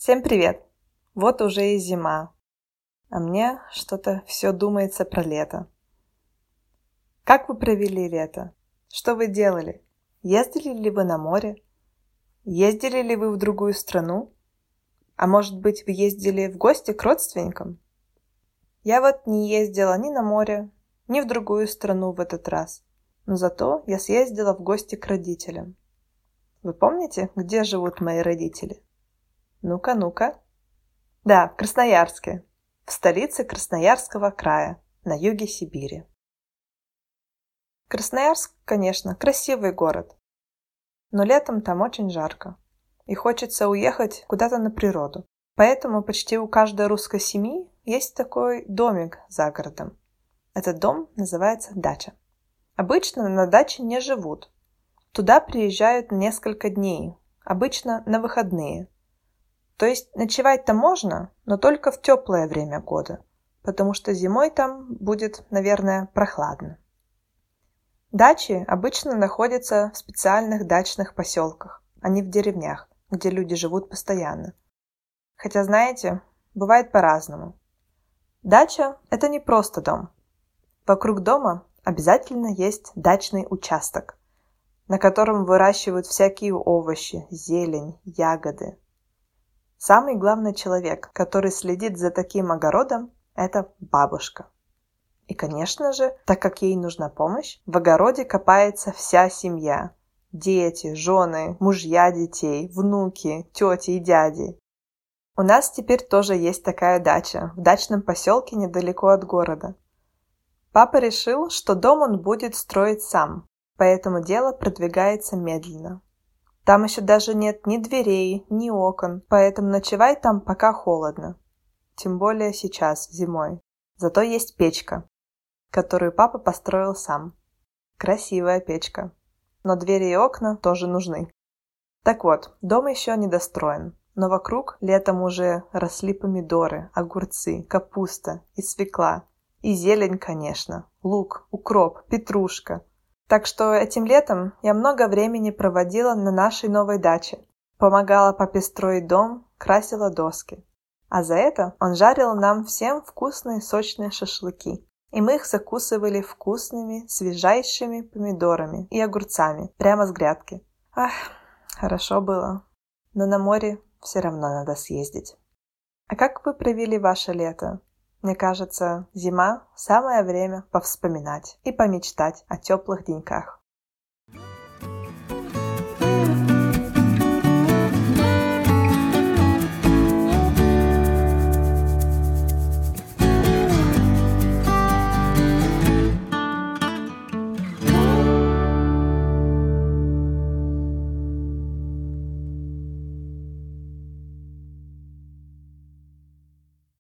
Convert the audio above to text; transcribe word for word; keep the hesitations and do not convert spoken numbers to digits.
Всем привет! Вот уже и зима, а мне что-то все думается про лето. Как вы провели лето? Что вы делали? Ездили ли вы на море? Ездили ли вы в другую страну? А может быть, вы ездили в гости к родственникам? Я вот не ездила ни на море, ни в другую страну в этот раз, но зато я съездила в гости к родителям. Вы помните, где живут мои родители? Ну-ка, ну-ка. Да, в Красноярске, в столице Красноярского края, на юге Сибири. Красноярск, конечно, красивый город, но летом там очень жарко, и хочется уехать куда-то на природу. Поэтому почти у каждой русской семьи есть такой домик за городом. Этот дом называется дача. Обычно на даче не живут. Туда приезжают на несколько дней, обычно на выходные. То есть ночевать-то можно, но только в теплое время года, потому что зимой там будет, наверное, прохладно. Дачи обычно находятся в специальных дачных поселках, а не в деревнях, где люди живут постоянно. Хотя, знаете, бывает по-разному. Дача – это не просто дом. Вокруг дома обязательно есть дачный участок, на котором выращивают всякие овощи, зелень, ягоды. Самый главный человек, который следит за таким огородом, это бабушка. И, конечно же, так как ей нужна помощь, в огороде копается вся семья. Дети, жены, мужья детей, внуки, тети и дяди. У нас теперь тоже есть такая дача, в дачном поселке недалеко от города. Папа решил, что дом он будет строить сам, поэтому дело продвигается медленно. Там еще даже нет ни дверей, ни окон, поэтому ночевать там пока холодно. Тем более сейчас, зимой. Зато есть печка, которую папа построил сам. Красивая печка. Но двери и окна тоже нужны. Так вот, дом еще не достроен, но вокруг летом уже росли помидоры, огурцы, капуста и свекла. И зелень, конечно, лук, укроп, петрушка. Так что этим летом я много времени проводила на нашей новой даче. Помогала папе строить дом, красила доски. А за это он жарил нам всем вкусные сочные шашлыки. И мы их закусывали вкусными, свежайшими помидорами и огурцами, прямо с грядки. Ах, хорошо было. Но на море все равно надо съездить. А как вы провели ваше лето? Мне кажется, зима – самое время повспоминать и помечтать о теплых деньках.